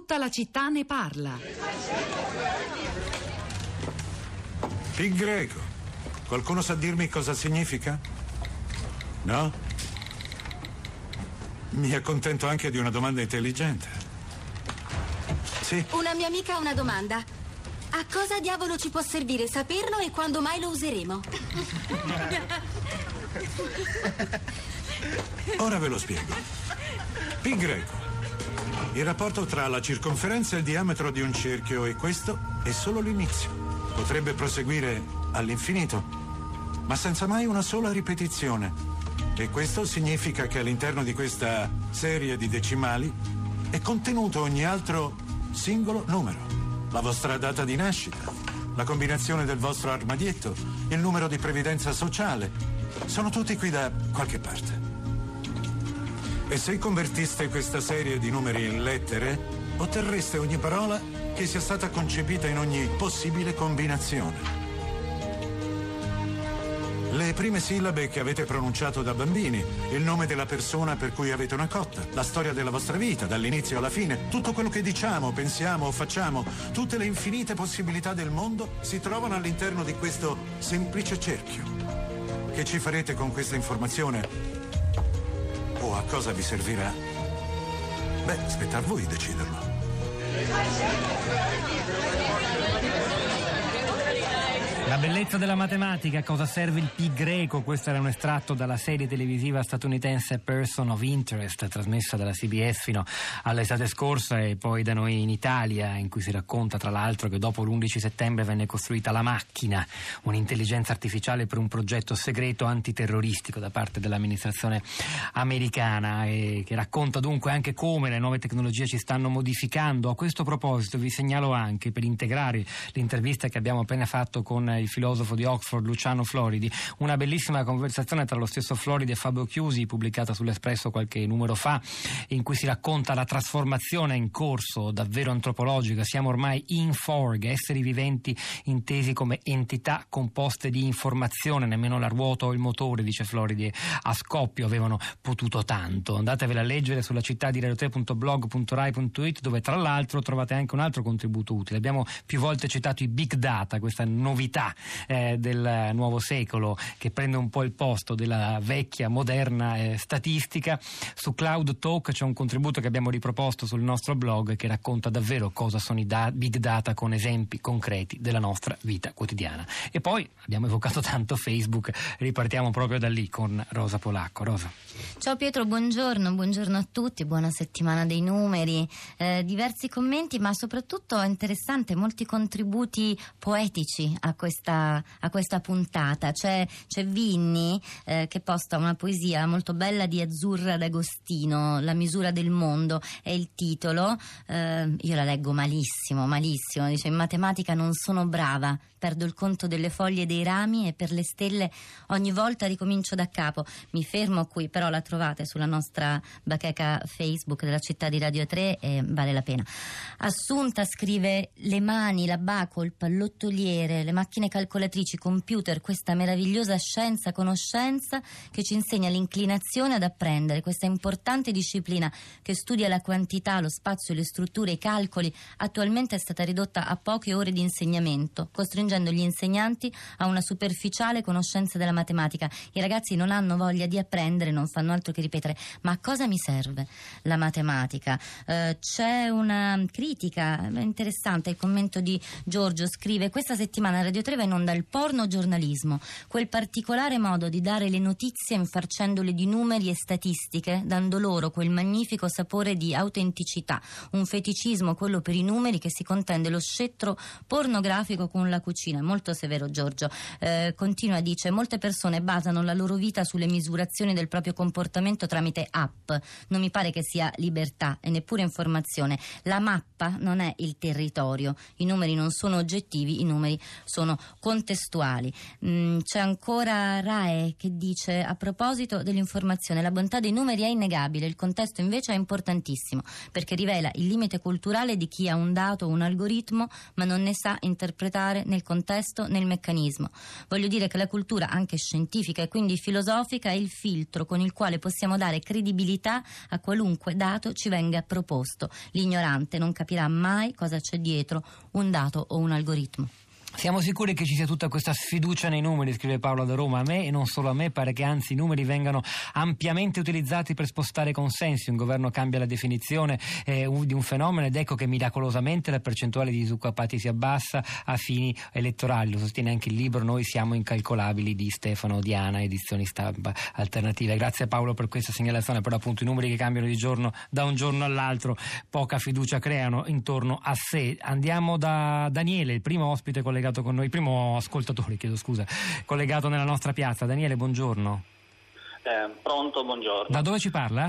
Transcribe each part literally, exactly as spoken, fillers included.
Tutta la città ne parla. Pi greco. Qualcuno sa dirmi cosa significa? No? Mi accontento anche di una domanda intelligente. Sì? Una mia amica ha una domanda. A cosa diavolo ci può servire saperlo e quando mai lo useremo? Ora ve lo spiego. Pi greco. Il rapporto tra la circonferenza e il diametro di un cerchio, e questo è solo l'inizio. Potrebbe proseguire all'infinito, ma senza mai una sola ripetizione. E questo significa che all'interno di questa serie di decimali è contenuto ogni altro singolo numero. La vostra data di nascita, la combinazione del vostro armadietto, il numero di previdenza sociale, sono tutti qui da qualche parte. E se convertiste questa serie di numeri in lettere, otterreste ogni parola che sia stata concepita in ogni possibile combinazione. Le prime sillabe che avete pronunciato da bambini, il nome della persona per cui avete una cotta, la storia della vostra vita, dall'inizio alla fine, tutto quello che diciamo, pensiamo o facciamo, tutte le infinite possibilità del mondo si trovano all'interno di questo semplice cerchio. Che ci farete con questa informazione? O a cosa vi servirà? Beh, spetta a voi deciderlo. La bellezza della matematica, cosa serve il pi greco? Questo era un estratto dalla serie televisiva statunitense Person of Interest, trasmessa dalla C B S fino all'estate scorsa e poi da noi in Italia, in cui si racconta tra l'altro che dopo l'undici settembre venne costruita la macchina, un'intelligenza artificiale per un progetto segreto antiterroristico da parte dell'amministrazione americana, e che racconta dunque anche come le nuove tecnologie ci stanno modificando. A questo proposito vi segnalo anche, per integrare l'intervista che abbiamo appena fatto con il filosofo di Oxford Luciano Floridi, una bellissima conversazione tra lo stesso Floridi e Fabio Chiusi, pubblicata sull'Espresso qualche numero fa, in cui si racconta la trasformazione in corso davvero antropologica. Siamo ormai inforg, esseri viventi intesi come entità composte di informazione. Nemmeno la ruota o il motore, dice Floridi, a scoppio avevano potuto tanto. Andatevela a leggere sulla città di radio tre punto blog punto rai punto it, dove tra l'altro trovate anche un altro contributo utile. Abbiamo più volte citato i big data, questa novità Eh, del nuovo secolo, che prende un po' il posto della vecchia moderna eh, statistica. Su Cloud Talk c'è un contributo che abbiamo riproposto sul nostro blog, che racconta davvero cosa sono i da- big data con esempi concreti della nostra vita quotidiana. E poi abbiamo evocato tanto Facebook, ripartiamo proprio da lì con Rosa Polacco. Rosa. Ciao Pietro, buongiorno, buongiorno a tutti, buona settimana dei numeri, eh, diversi commenti, ma soprattutto è interessante molti contributi poetici a questa a questa puntata. C'è, c'è Vinni eh, che posta una poesia molto bella di Azzurra D'Agostino, La misura del mondo è il titolo. Eh, io la leggo malissimo, malissimo. Dice: in matematica non sono brava, perdo il conto delle foglie e dei rami e per le stelle ogni volta ricomincio da capo. Mi fermo qui, però la trovate sulla nostra bacheca Facebook della città di Radio tre e vale la pena. Assunta scrive: le mani, l'abaco, il pallottoliere, le macchine calcolatrici, computer, questa meravigliosa scienza, conoscenza che ci insegna l'inclinazione ad apprendere, questa importante disciplina che studia la quantità, lo spazio, le strutture, i calcoli, attualmente è stata ridotta a poche ore di insegnamento, costringendo gli insegnanti a una superficiale conoscenza della matematica. I ragazzi non hanno voglia di apprendere, non fanno altro che ripetere: ma a cosa mi serve la matematica? Eh, c'è una critica interessante, il commento di Giorgio scrive: questa settimana Radio tre va in onda il porno giornalismo, quel particolare modo di dare le notizie infarcendole di numeri e statistiche, dando loro quel magnifico sapore di autenticità, un feticismo, quello per i numeri, che si contende lo scettro pornografico con la cucina. Molto severo Giorgio. Eh, continua, dice: molte persone basano la loro vita sulle misurazioni del proprio comportamento tramite app. Non mi pare che sia libertà e neppure informazione. La mappa non è il territorio, i numeri non sono oggettivi, i numeri sono contestuali. Mm, c'è ancora Rae che dice: a proposito dell'informazione, la bontà dei numeri è innegabile, il contesto invece è importantissimo perché rivela il limite culturale di chi ha un dato o un algoritmo ma non ne sa interpretare nel contesto, nel meccanismo. Voglio dire che la cultura, anche scientifica e quindi filosofica, è il filtro con il quale possiamo dare credibilità a qualunque dato ci venga proposto. L'ignorante non capirà mai cosa c'è dietro un dato o un algoritmo. Siamo sicuri che ci sia tutta questa sfiducia nei numeri, scrive Paolo da Roma. A me, e non solo a me, pare che anzi i numeri vengano ampiamente utilizzati per spostare consensi. Un governo cambia la definizione eh, di un fenomeno ed ecco che miracolosamente la percentuale di disoccupati si abbassa a fini elettorali. Lo sostiene anche il libro Noi siamo incalcolabili di Stefano Diana, edizioni Stampa Alternative. Grazie Paolo per questa segnalazione, però appunto i numeri che cambiano di giorno da un giorno all'altro poca fiducia creano intorno a sé. Andiamo da Daniele, il primo ospite collegato con noi, il primo ascoltatore, chiedo scusa, collegato nella nostra piazza. Daniele, buongiorno. Eh, pronto, buongiorno. Da dove ci parla?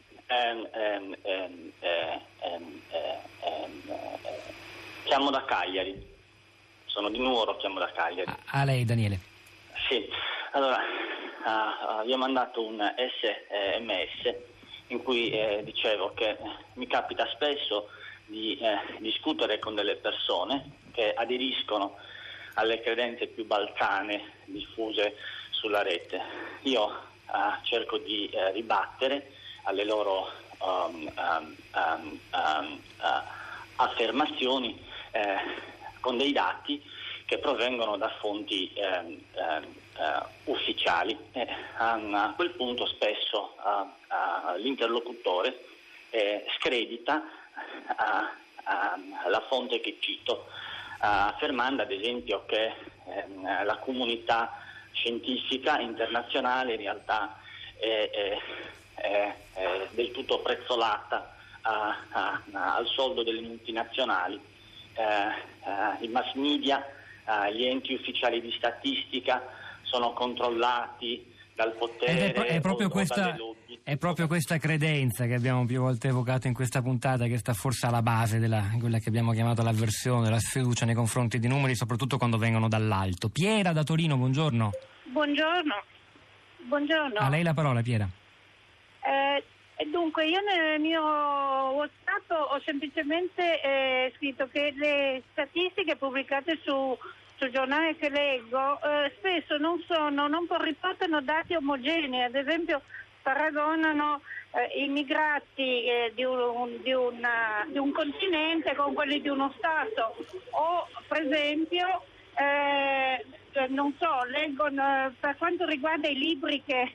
Eh, ehm, ehm, eh, ehm, eh, ehm, eh, chiamo da Cagliari. Sono di Nuoro, chiamo da Cagliari. A, a lei, Daniele. Sì, allora, uh, vi ho mandato un S M S in cui eh, dicevo che mi capita spesso di eh, discutere con delle persone che aderiscono alle credenze più balcane diffuse sulla rete. Io uh, cerco di uh, ribattere alle loro um, um, um, um, uh, affermazioni eh, con dei dati che provengono da fonti eh, eh, uh, ufficiali. Eh, a quel punto spesso uh, uh, l'interlocutore eh, scredita uh, uh, la fonte che cito, affermando ad esempio che ehm, la comunità scientifica internazionale in realtà è, è, è, è del tutto prezzolata a, a, a, al soldo delle multinazionali. Eh, eh, i mass media, eh, gli enti ufficiali di statistica sono controllati dal potere. Ed è, è, proprio questa, è proprio questa credenza che abbiamo più volte evocato in questa puntata che sta forse alla base della quella che abbiamo chiamato l'avversione, la sfiducia nei confronti di numeri, soprattutto quando vengono dall'alto. Piera da Torino, buongiorno. Buongiorno. Buongiorno. A lei la parola, Piera. Eh, dunque, io nel mio WhatsApp ho semplicemente eh, scritto che le statistiche pubblicate su sul giornale che leggo eh, spesso non sono, non riportano dati omogenei, ad esempio paragonano eh, i migrati eh, di, un, di, una, di un continente con quelli di uno stato, o per esempio eh, non so, leggono per quanto riguarda i libri che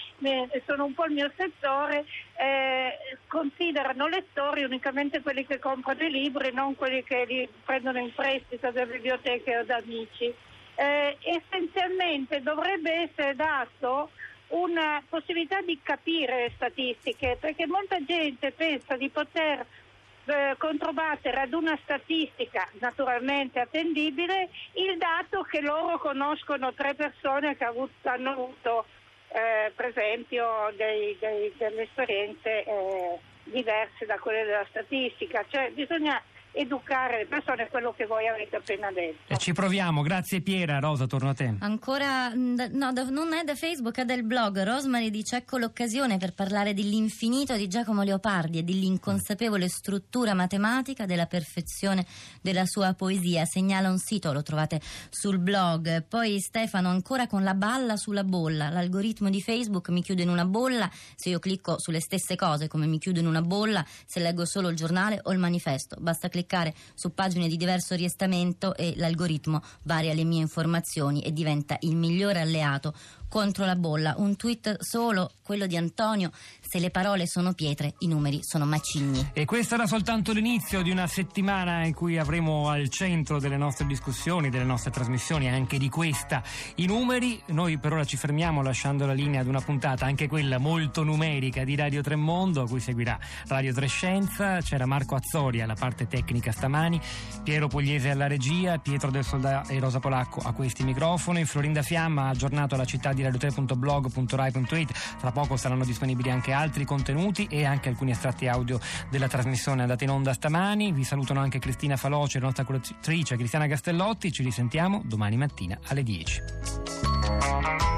sono un po' il mio settore, eh, considerano lettori unicamente quelli che comprano i libri, non quelli che li prendono in prestito da biblioteche o da amici. Eh, essenzialmente dovrebbe essere dato una possibilità di capire le statistiche, perché molta gente pensa di poter Eh, controbattere ad una statistica naturalmente attendibile il dato che loro conoscono tre persone che avuto, hanno avuto eh, per esempio dei, dei, delle esperienze eh, diverse da quelle della statistica. Cioè bisogna educare le persone, quello che voi avete appena detto. E ci proviamo, grazie Piera. Rosa, torno a te. Ancora, no, da, non è da Facebook, è del blog. Rosemary dice: ecco l'occasione per parlare dell'infinito di Giacomo Leopardi e dell'inconsapevole struttura matematica della perfezione della sua poesia. Segnala un sito, lo trovate sul blog. Poi Stefano, ancora con la balla sulla bolla. L'algoritmo di Facebook mi chiude in una bolla se io clicco sulle stesse cose, come mi chiudo in una bolla se leggo solo il giornale o il manifesto. Basta cliccare su pagine di diverso orientamento e l'algoritmo varia le mie informazioni e diventa il migliore alleato contro la bolla. Un tweet solo, quello di Antonio: se le parole sono pietre, i numeri sono macigni. E questo era soltanto l'inizio di una settimana in cui avremo al centro delle nostre discussioni, delle nostre trasmissioni, anche di questa, i numeri. Noi per ora ci fermiamo lasciando la linea ad una puntata, anche quella molto numerica, di Radio Tre Mondo, a cui seguirà Radio Tre Scienza. C'era Marco Azzori alla parte tecnica stamani, Piero Pugliese alla regia, Pietro del Soldà e Rosa Polacco a questi microfoni. Florinda Fiamma ha aggiornato la città di radio tre punto blog punto rai punto it. Tra poco saranno disponibili anche altri contenuti e anche alcuni estratti audio della trasmissione andata in onda stamani. Vi salutano anche Cristina Faloce, la nostra curatrice Cristiana Castellotti. Ci risentiamo domani mattina alle dieci.